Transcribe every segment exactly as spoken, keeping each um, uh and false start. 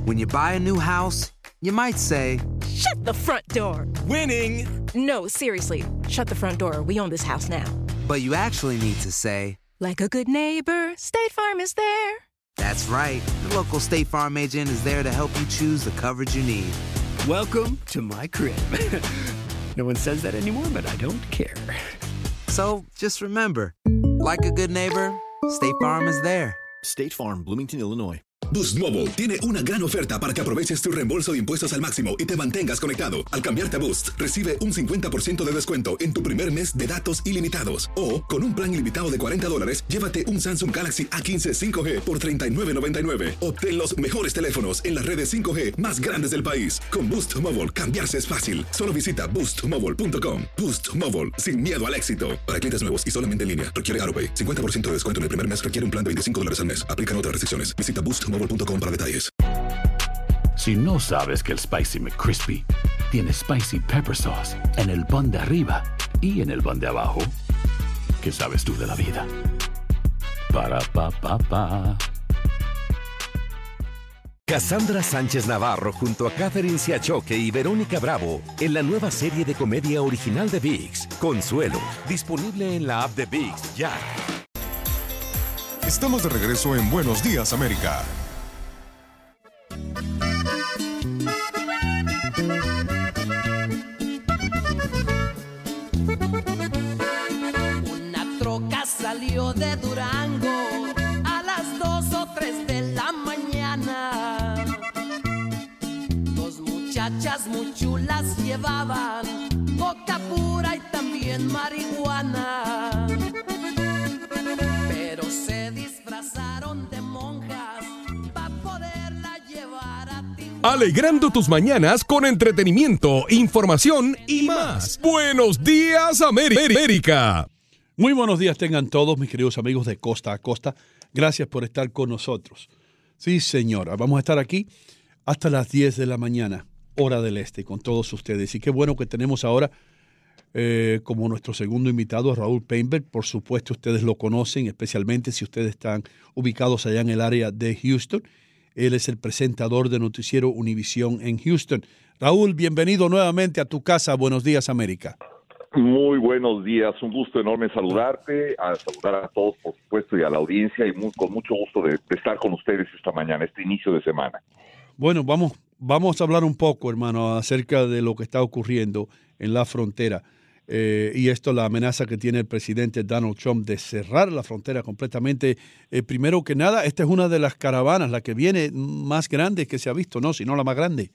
When you buy a new house, you might say, "Shut the front door." Winning! No, seriously. Shut the front door. We own this house now. But you actually need to say, like a good neighbor, State Farm is there. That's right. The local State Farm agent is there to help you choose the coverage you need. Welcome to my crib. No one says that anymore, but I don't care. So, just remember, like a good neighbor, State Farm is there. State Farm, Bloomington, Illinois. Boost Mobile tiene una gran oferta para que aproveches tu reembolso de impuestos al máximo y te mantengas conectado. Al cambiarte a Boost, recibe un cincuenta por ciento de descuento en tu primer mes de datos ilimitados. O, con un plan ilimitado de cuarenta dólares, llévate un Samsung Galaxy A quince cinco G por treinta y nueve noventa y nueve. Obtén los mejores teléfonos en las redes cinco G más grandes del país. Con Boost Mobile, cambiarse es fácil. Solo visita boost mobile punto com. Boost Mobile, sin miedo al éxito. Para clientes nuevos y solamente en línea, requiere AutoPay. cincuenta por ciento de descuento en el primer mes requiere un plan de veinticinco dólares al mes. Aplican otras restricciones. Visita boost mobile punto com para detalles. Si no sabes que el Spicy McCrispy tiene Spicy Pepper Sauce en el pan de arriba y en el pan de abajo, ¿qué sabes tú de la vida? Para, pa, pa, pa. Cassandra Sánchez Navarro junto a Catherine Siachoque y Verónica Bravo en la nueva serie de comedia original de ViX, Consuelo, disponible en la app de ViX ya. Estamos de regreso en Buenos Días, América. Una troca salió de Durango a las dos o tres de la mañana. Dos muchachas muy chulas llevaban coca pura y también marihuana. Pero se disfrazaron de monjas para poderla llevar a Tijuana. Alegrando tus mañanas con entretenimiento, información y más. Buenos días, América. Muy buenos días tengan todos mis queridos amigos de costa a costa. Gracias por estar con nosotros. Sí, señora, vamos a estar aquí hasta las diez de la mañana, hora del este, con todos ustedes. Y qué bueno que tenemos ahora eh, como nuestro segundo invitado a Raúl Painberg. Por supuesto, ustedes lo conocen, especialmente si ustedes están ubicados allá en el área de Houston. Él es el presentador de Noticiero Univisión en Houston. Raúl, bienvenido nuevamente a tu casa. Buenos días, América. Muy buenos días, un gusto enorme saludarte, a saludar a todos, por supuesto, y a la audiencia, y muy, con mucho gusto de, de estar con ustedes esta mañana, este inicio de semana. Bueno, vamos, vamos a hablar un poco, hermano, acerca de lo que está ocurriendo en la frontera. Eh, y esto, la amenaza que tiene el presidente Donald Trump de cerrar la frontera completamente. Eh, primero que nada, esta es una de las caravanas, la que viene más grande que se ha visto, ¿no? Si no la más grande.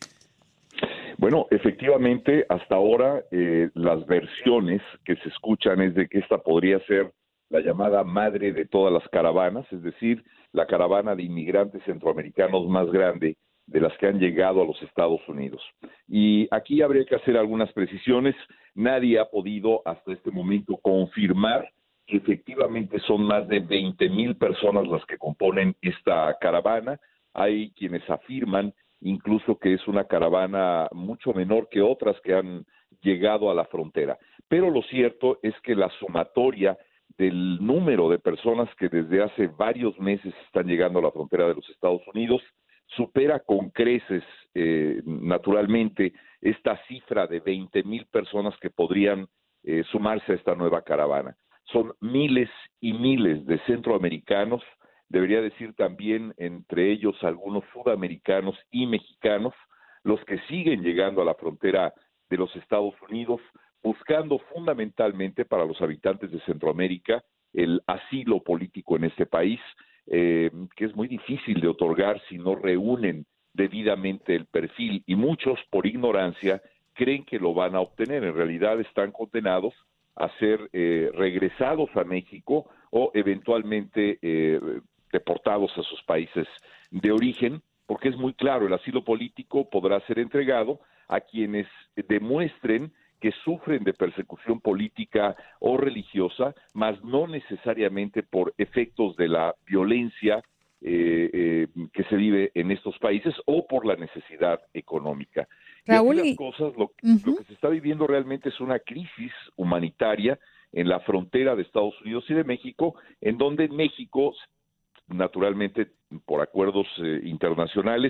Bueno, efectivamente, hasta ahora eh, las versiones que se escuchan es de que esta podría ser la llamada madre de todas las caravanas, es decir, la caravana de inmigrantes centroamericanos más grande de las que han llegado a los Estados Unidos. Y aquí habría que hacer algunas precisiones. Nadie ha podido hasta este momento confirmar que efectivamente son más de veinte mil personas las que componen esta caravana. Hay quienes afirman incluso que es una caravana mucho menor que otras que han llegado a la frontera. Pero lo cierto es que la sumatoria del número de personas que desde hace varios meses están llegando a la frontera de los Estados Unidos supera con creces, eh, naturalmente, esta cifra de veinte mil personas que podrían eh, sumarse a esta nueva caravana. Son miles y miles de centroamericanos, debería decir también entre ellos algunos sudamericanos y mexicanos, los que siguen llegando a la frontera de los Estados Unidos, buscando fundamentalmente para los habitantes de Centroamérica el asilo político en este país, eh, que es muy difícil de otorgar si no reúnen debidamente el perfil, y muchos por ignorancia creen que lo van a obtener. En realidad están condenados a ser eh, regresados a México o eventualmente eh, deportados a sus países de origen, porque es muy claro, el asilo político podrá ser entregado a quienes demuestren que sufren de persecución política o religiosa, mas no necesariamente por efectos de la violencia eh, eh, que se vive en estos países o por la necesidad económica. Raúl, y así las cosas, lo, uh-huh. lo que se está viviendo realmente es una crisis humanitaria en la frontera de Estados Unidos y de México, en donde México, naturalmente, por acuerdos eh, internacionales,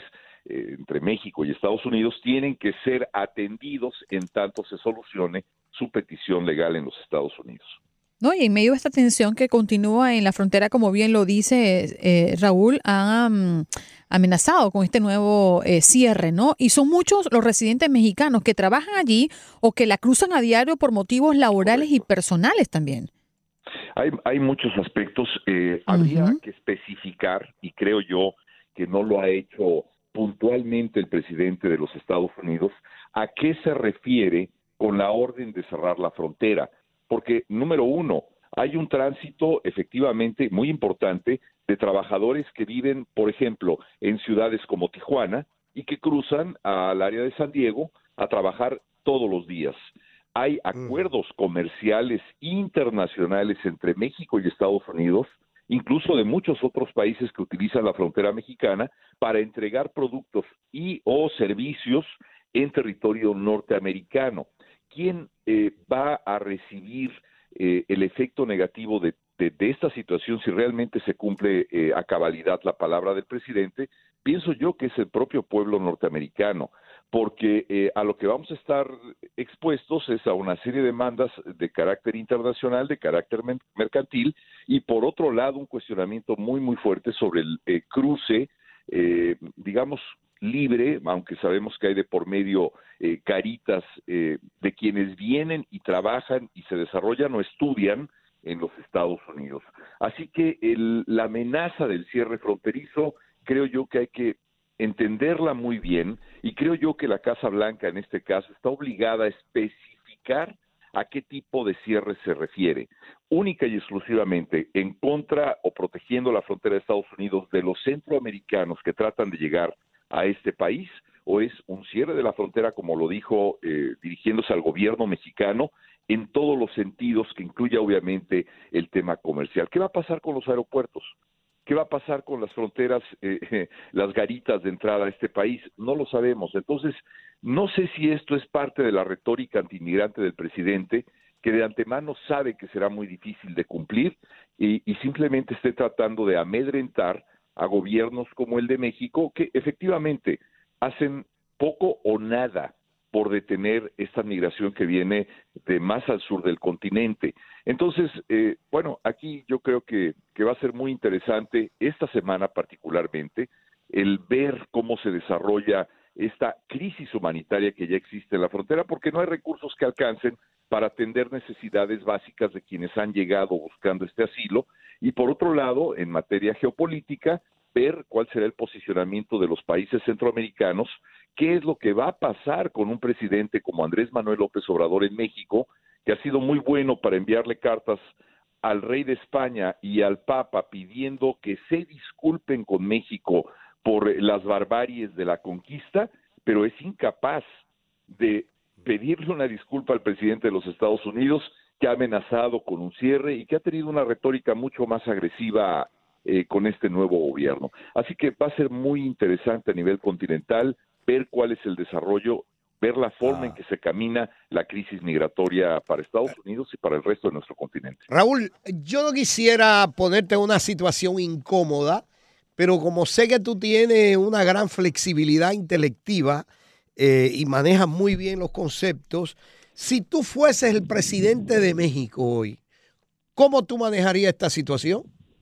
eh, entre México y Estados Unidos tienen que ser atendidos en tanto se solucione su petición legal en los Estados Unidos. No, y en medio de esta tensión que continúa en la frontera, como bien lo dice eh, Raúl, han um, amenazado con este nuevo eh, cierre, ¿no? Y son muchos los residentes mexicanos que trabajan allí o que la cruzan a diario por motivos laborales y personales también. Hay, hay muchos aspectos. Eh, uh-huh. Habría que especificar, y creo yo que no lo ha hecho puntualmente el presidente de los Estados Unidos, a qué se refiere con la orden de cerrar la frontera. Porque, número uno, hay un tránsito efectivamente muy importante de trabajadores que viven, por ejemplo, en ciudades como Tijuana y que cruzan al área de San Diego a trabajar todos los días. Hay acuerdos comerciales internacionales entre México y Estados Unidos, incluso de muchos otros países que utilizan la frontera mexicana, para entregar productos y o servicios en territorio norteamericano. ¿Quién eh, va a recibir eh, el efecto negativo de, de, de esta situación si realmente se cumple eh, a cabalidad la palabra del presidente? Pienso yo que es el propio pueblo norteamericano, porque eh, a lo que vamos a estar expuestos es a una serie de demandas de carácter internacional, de carácter mercantil, y por otro lado un cuestionamiento muy, muy fuerte sobre el eh, cruce, eh, digamos, libre, aunque sabemos que hay de por medio eh, caritas eh, de quienes vienen y trabajan y se desarrollan o estudian en los Estados Unidos. Así que el, la amenaza del cierre fronterizo, creo yo que hay que entenderla muy bien, y creo yo que la Casa Blanca en este caso está obligada a especificar a qué tipo de cierre se refiere, única y exclusivamente en contra o protegiendo la frontera de Estados Unidos de los centroamericanos que tratan de llegar a este país, o es un cierre de la frontera, como lo dijo eh, dirigiéndose al gobierno mexicano, en todos los sentidos, que incluye obviamente el tema comercial. ¿Qué va a pasar con los aeropuertos? ¿Qué va a pasar con las fronteras, eh, eh, las garitas de entrada a este país? No lo sabemos. Entonces, no sé si esto es parte de la retórica antiinmigrante del presidente, que de antemano sabe que será muy difícil de cumplir y, y simplemente esté tratando de amedrentar a gobiernos como el de México, que efectivamente hacen poco o nada por detener esta migración que viene de más al sur del continente. Entonces, eh, bueno, aquí yo creo que, que va a ser muy interesante esta semana particularmente el ver cómo se desarrolla esta crisis humanitaria que ya existe en la frontera, porque no hay recursos que alcancen para atender necesidades básicas de quienes han llegado buscando este asilo, y por otro lado, en materia geopolítica, ver cuál será el posicionamiento de los países centroamericanos, qué es lo que va a pasar con un presidente como Andrés Manuel López Obrador en México, que ha sido muy bueno para enviarle cartas al rey de España y al Papa pidiendo que se disculpen con México por las barbaries de la conquista, pero es incapaz de pedirle una disculpa al presidente de los Estados Unidos, que ha amenazado con un cierre y que ha tenido una retórica mucho más agresiva eh, con este nuevo gobierno. Así que va a ser muy interesante a nivel continental ver cuál es el desarrollo, ver la forma ah. en que se camina la crisis migratoria para Estados Unidos y para el resto de nuestro continente. Raúl, yo no quisiera ponerte en una situación incómoda, pero como sé que tú tienes una gran flexibilidad intelectiva eh, y manejas muy bien los conceptos, si tú fueses el presidente de México hoy, ¿cómo tú manejarías esta situación?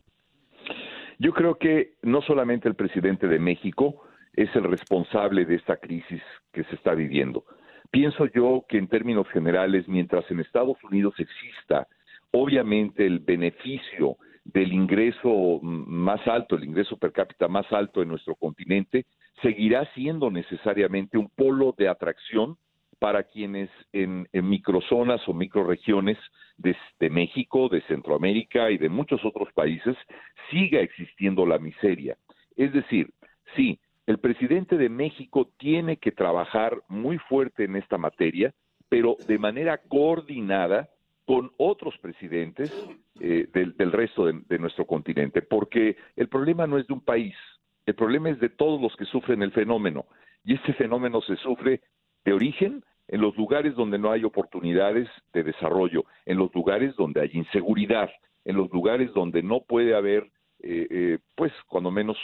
Yo creo que no solamente el presidente de México es el responsable de esta crisis que se está viviendo. Pienso yo que en términos generales, mientras en Estados Unidos exista obviamente el beneficio del ingreso más alto, el ingreso per cápita más alto en nuestro continente, seguirá siendo necesariamente un polo de atracción para quienes en, en microzonas o microregiones de, de México, de Centroamérica y de muchos otros países siga existiendo la miseria. Es decir, sí, el presidente de México tiene que trabajar muy fuerte en esta materia, pero de manera coordinada con otros presidentes eh, del, del resto de, de nuestro continente, porque el problema no es de un país, el problema es de todos los que sufren el fenómeno, y este fenómeno se sufre de origen en los lugares donde no hay oportunidades de desarrollo, en los lugares donde hay inseguridad, en los lugares donde no puede haber, eh, eh, pues, cuando menos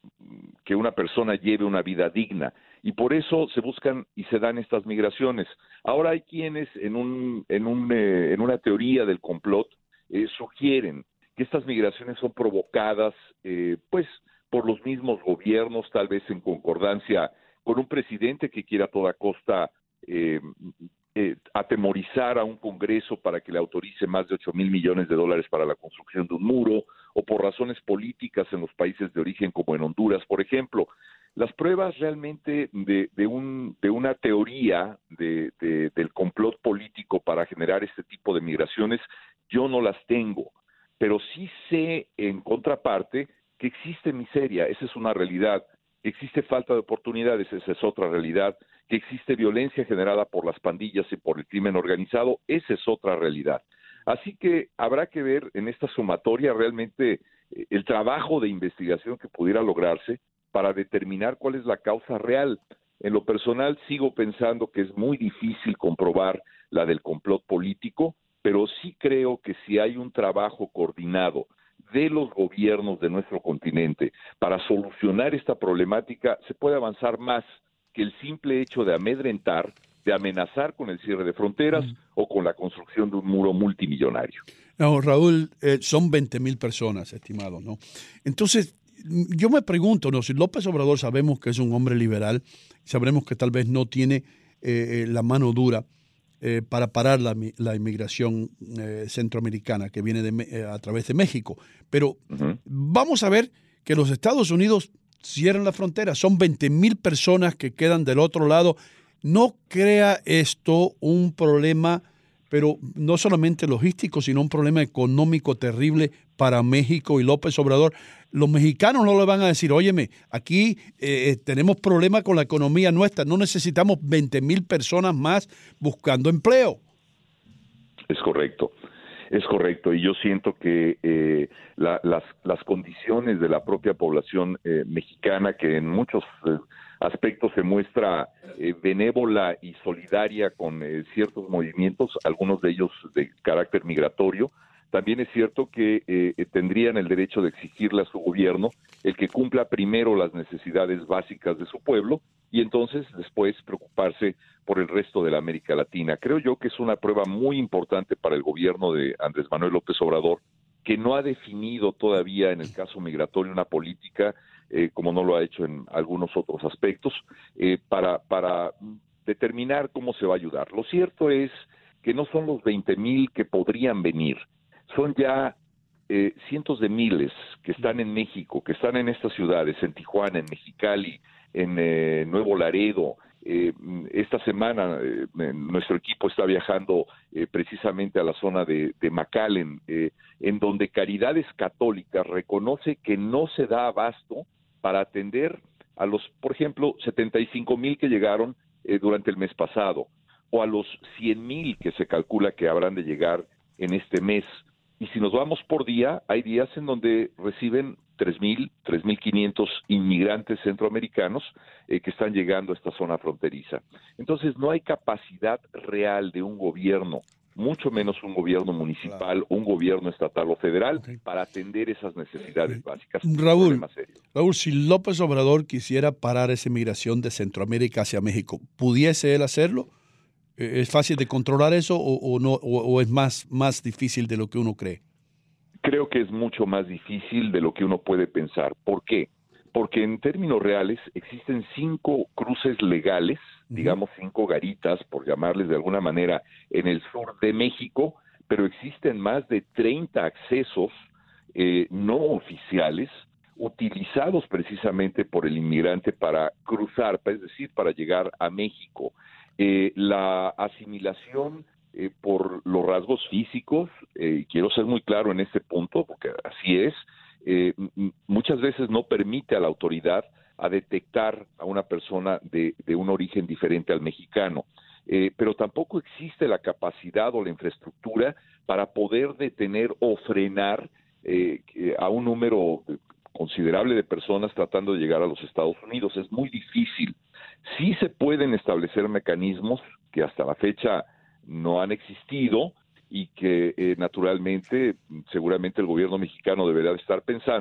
que una persona lleve una vida digna. Y por eso se buscan y se dan estas migraciones. Ahora hay quienes en, un, en, un, eh, en una teoría del complot eh, sugieren que estas migraciones son provocadas eh, pues por los mismos gobiernos, tal vez en concordancia con un presidente que quiera a toda costa eh, eh, atemorizar a un Congreso para que le autorice más de ocho mil millones de dólares para la construcción de un muro, o por razones políticas en los países de origen como en Honduras, por ejemplo. Las pruebas realmente de, de, un, de una teoría de, de, del complot político para generar este tipo de migraciones, yo no las tengo, pero sí sé en contraparte que existe miseria, esa es una realidad, que existe falta de oportunidades, esa es otra realidad, que existe violencia generada por las pandillas y por el crimen organizado, esa es otra realidad. Así que habrá que ver en esta sumatoria realmente eh, el trabajo de investigación que pudiera lograrse para determinar cuál es la causa real. En lo personal sigo pensando que es muy difícil comprobar la del complot político, pero sí creo que si hay un trabajo coordinado de los gobiernos de nuestro continente para solucionar esta problemática, se puede avanzar más que el simple hecho de amedrentar, de amenazar con el cierre de fronteras mm. o con la construcción de un muro multimillonario. No, Raúl, eh, son veinte mil personas, estimado, ¿no? Entonces, yo me pregunto, ¿no? Si López Obrador sabemos que es un hombre liberal, sabremos que tal vez no tiene eh, la mano dura eh, para parar la, la inmigración eh, centroamericana que viene de, eh, a través de México. Pero uh-huh. vamos a ver que los Estados Unidos cierran la frontera. Son veinte mil personas que quedan del otro lado. ¿No crea esto un problema, pero no solamente logístico, sino un problema económico terrible para México y López Obrador? Los mexicanos no le van a decir, óyeme, aquí eh, tenemos problemas con la economía nuestra, no necesitamos veinte mil personas más buscando empleo. Es correcto, es correcto. Y yo siento que eh, la, las, las condiciones de la propia población eh, mexicana, que en muchos eh, aspectos se muestra eh, benévola y solidaria con eh, ciertos movimientos, algunos de ellos de carácter migratorio, también es cierto que eh, tendrían el derecho de exigirle a su gobierno el que cumpla primero las necesidades básicas de su pueblo y entonces después preocuparse por el resto de la América Latina. Creo yo que es una prueba muy importante para el gobierno de Andrés Manuel López Obrador, que no ha definido todavía en el caso migratorio una política, eh, como no lo ha hecho en algunos otros aspectos, eh, para, para determinar cómo se va a ayudar. Lo cierto es que no son los veinte mil que podrían venir, son ya eh, cientos de miles que están en México, que están en estas ciudades, en Tijuana, en Mexicali, en eh, Nuevo Laredo. Eh, esta semana eh, nuestro equipo está viajando eh, precisamente a la zona de, de McAllen, eh, en donde Caridades Católicas reconoce que no se da abasto para atender a los, por ejemplo, setenta y cinco mil que llegaron eh, durante el mes pasado, o a los cien mil que se calcula que habrán de llegar en este mes. Y si nos vamos por día, hay días en donde reciben tres mil, tres mil quinientos inmigrantes centroamericanos eh, que están llegando a esta zona fronteriza. Entonces no hay capacidad real de un gobierno, mucho menos un gobierno municipal, claro. un gobierno estatal o federal, okay. para atender esas necesidades okay. básicas. Raúl, Raúl, si López Obrador quisiera parar esa migración de Centroamérica hacia México, ¿pudiese él hacerlo? ¿Es fácil de controlar eso o, o no o, o es más, más difícil de lo que uno cree? Creo que es mucho más difícil de lo que uno puede pensar. ¿Por qué? Porque en términos reales existen cinco cruces legales, uh-huh. digamos cinco garitas, por llamarles de alguna manera, en el sur de México, pero existen más de treinta accesos eh, no oficiales utilizados precisamente por el inmigrante para cruzar, es decir, para llegar a México. Eh, la asimilación eh, por los rasgos físicos, eh, y quiero ser muy claro en este punto, porque así es, eh, m- muchas veces no permite a la autoridad a detectar a una persona de, de un origen diferente al mexicano, eh, pero tampoco existe la capacidad o la infraestructura para poder detener o frenar eh, a un número considerable de personas tratando de llegar a los Estados Unidos. Es muy difícil. Sí se pueden establecer mecanismos que hasta la fecha no han existido y que eh, naturalmente seguramente el gobierno mexicano deberá de estar pensando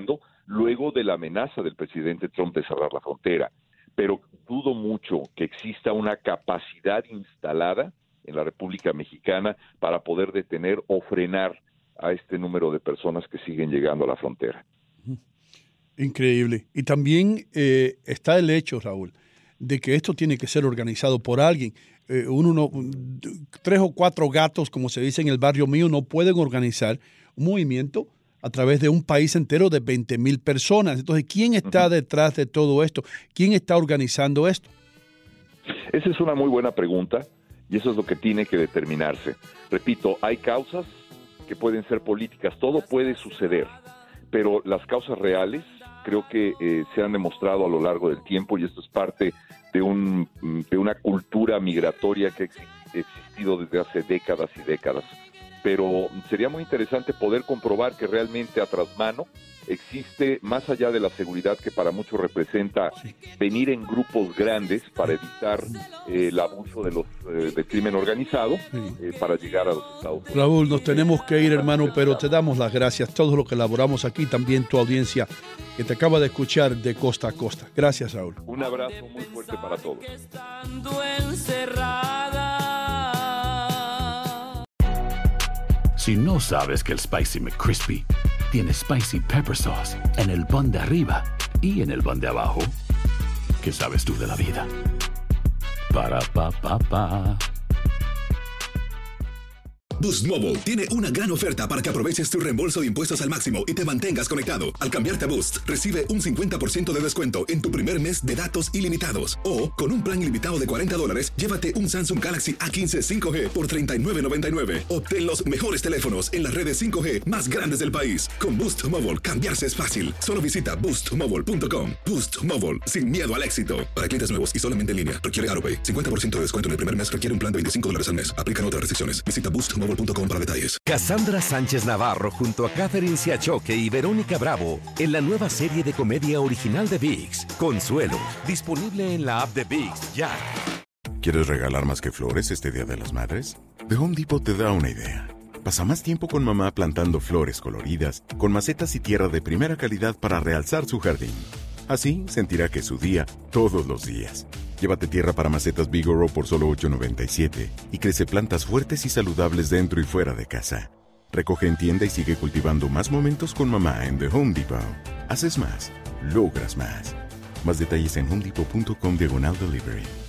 luego de la amenaza del presidente Trump de cerrar la frontera. Pero dudo mucho que exista una capacidad instalada en la República Mexicana para poder detener o frenar a este número de personas que siguen llegando a la frontera. Increíble. Y también eh, está el hecho, Raúl, de que esto tiene que ser organizado por alguien. Eh, uno no, tres o cuatro gatos, como se dice en el barrio mío, no pueden organizar un movimiento a través de un país entero de veinte mil personas. Entonces, ¿quién está detrás de todo esto? ¿Quién está organizando esto? Esa es una muy buena pregunta y eso es lo que tiene que determinarse. Repito, hay causas que pueden ser políticas, todo puede suceder, pero las causas reales creo que eh, se han demostrado a lo largo del tiempo y esto es parte de, un, de una cultura migratoria que ha existido desde hace décadas y décadas. Pero sería muy interesante poder comprobar que realmente a trasmano existe, más allá de la seguridad que para muchos representa venir en grupos grandes para evitar eh, el abuso de los eh, de crimen organizado, eh, para llegar a los Estados Unidos. Raúl, nos tenemos que ir, hermano, pero te damos las gracias. Todos los que elaboramos aquí, también tu audiencia que te acaba de escuchar de costa a costa. Gracias, Raúl. Un abrazo muy fuerte para todos. Si no sabes que el Spicy McCrispy tiene Spicy Pepper Sauce en el pan de arriba y en el pan de abajo, ¿qué sabes tú de la vida? Para, pa, pa, pa. Boost Mobile tiene una gran oferta para que aproveches tu reembolso de impuestos al máximo y te mantengas conectado. Al cambiarte a Boost, recibe un cincuenta por ciento de descuento en tu primer mes de datos ilimitados. O, con un plan ilimitado de cuarenta dólares, llévate un Samsung Galaxy A quince cinco G por treinta y nueve noventa y nueve. Obtén los mejores teléfonos en las redes cinco G más grandes del país. Con Boost Mobile, cambiarse es fácil. Solo visita boost mobile punto com. Boost Mobile, sin miedo al éxito. Para clientes nuevos y solamente en línea, requiere AutoPay. cincuenta por ciento de descuento en el primer mes requiere un plan de veinticinco dólares al mes. Aplican otras restricciones. Visita boost mobile punto com para detalles. Cassandra Sánchez Navarro junto a Catherine Siachoque y Verónica Bravo en la nueva serie de comedia original de ViX, Consuelo, disponible en la app de ViX ya. ¿Quieres regalar más que flores este Día de las Madres? The Home Depot te da una idea. Pasa más tiempo con mamá plantando flores coloridas, con macetas y tierra de primera calidad para realzar su jardín. Así sentirá que es su día todos los días. Llévate tierra para macetas Vigoro por solo ocho noventa y siete y crece plantas fuertes y saludables dentro y fuera de casa. Recoge en tienda y sigue cultivando más momentos con mamá en The Home Depot. Haces más, logras más. Más detalles en homedepot punto com diagonal delivery.